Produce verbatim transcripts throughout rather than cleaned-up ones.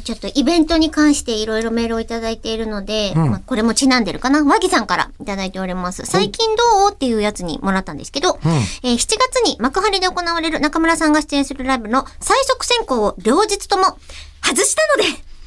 あちょっとイベントに関していろいろメールをいただいているので、うんまあ、これもちなんでるかな。和木さんからいただいております。最近どうっていうやつにもらったんですけど、うん、えー、しちがつに幕張で行われる中村さんが出演するライブの最速選考を両日とも外したので、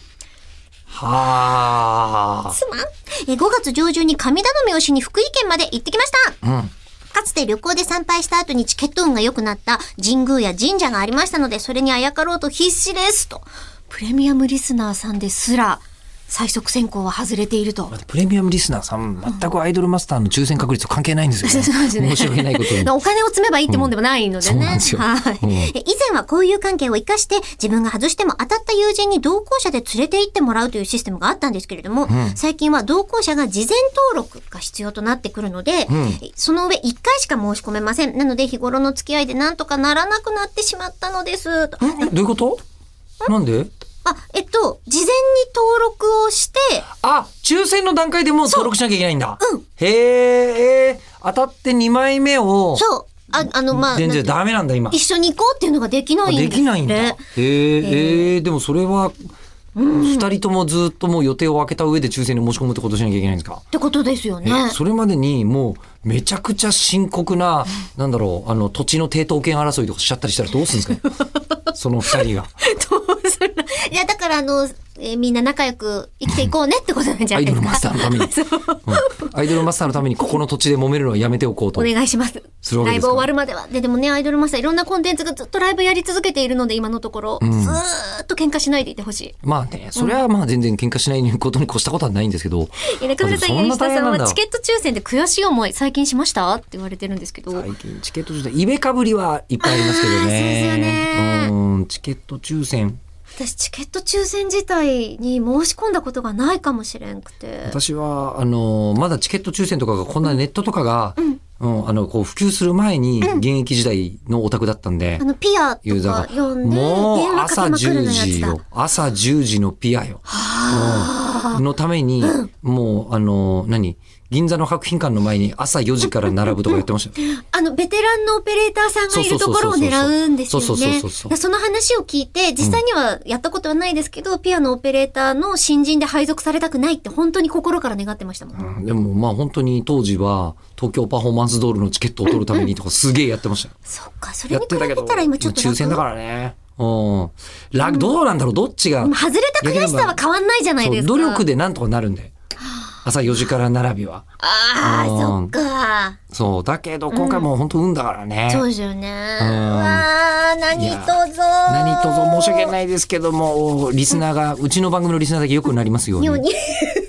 はあ。 すまん。えー、ごがつ上旬に神頼みをしに福井県まで行ってきました。うん。かつて旅行で参拝した後にチケット運が良くなった神宮や神社がありましたので、それにあやかろうと必死ですと。プレミアムリスナーさんですら最速選考は外れていると。 プレミアムリスナーさん、全くアイドルマスターの抽選確率と関係ないんですよね。そうですね。申し訳ないことに。 お金を積めばいいってもんでもないのでね。うん、そうなんですよ。はい、うん。以前は交友関係を生かして自分が外しても当たった友人に同行者で連れて行ってもらうというシステムがあったんですけれども、うん、最近は同行者が事前登録が必要となってくるので、うん、その上いっかいしか申し込めません。なので日頃の付き合いでなんとかならなくなってしまったのです。 どういうこと？なんで？ あ、えっと、事前に登録をして、 あ、抽選の段階でもう登録しなきゃいけないんだ。 うん。 へえ、えー、当たってにまいめを。 そう。あ、あの、まあ。 全然ダメなんだ、今。 一緒に行こうっていうのができないんですって。 できないんだ。へえ、えー、でもそれは、二人ともずっともう予定を空けた上で抽選に申し込むってことしなきゃいけないんですか？ ってことですよね。 それまでにもうめちゃくちゃ深刻な、なんだろう、あの土地の抵当権争いとかしちゃったりしたらどうするんですか？その二人が。 どうするの？いやだからあの、えー、みんな仲良く生きていこうねってことなんじゃないですか。アイドルマスターのために、うん、アイドルマスターのためにここの土地で揉めるのはやめておこうと。 お願いします。 するわけですか？ ライブ終わるまでは。ででもねアイドルマスターいろんなコンテンツがずっとライブやり続けているので今のところ、うん、ずーっと喧嘩しないでいてほしい。 まあね、それはまあ全然喧嘩しないことに越したことはないんですけど。 中村さん、柳下さんはチケット抽選で悔しい思い最近しましたって言われてるんですけど。 最近チケット抽選、イベかぶりはいっぱいありますけどね。 そうですよね。 うん、チケット抽選。 私チケット抽選自体に申し込んだことがないかもしれんくて。 私はあのまだチケット抽選とかがこんなネットとかが、うんうん、あのこう普及する前に現役時代のオタクだったんで、 うん、あのピアとか読んでもう朝じゅうじよ、朝じゅうじのピアよ、はあ、のために、うん、もうあの何銀座の博品館の前に朝よじから並ぶとかやってましたよ。 あのベテランのオペレーターさんがいるところを狙うんですよね。その話を聞いて実際にはやったことはないですけど、うん、ピアノオペレーターの新人で配属されたくないって本当に心から願ってましたもん、 うん、でもまあ本当に当時は東京パフォーマンスドールのチケットを取るためにとかすげえやってましたよ。 そっか、それに比べたら今ちょっと抽選だからね。うん、楽、どうなんだろう、どっちが外れた悔しさは変わんないじゃないですか。 努力でなんとかなるんで、朝よじから並びは。 ああ、そっか。 そうだけど今回も本当運だからね、 うん、そうですよね。うわあ、何とぞ何とぞ申し訳ないですけども、リスナーがうちの番組のリスナーだけ良くなりますように。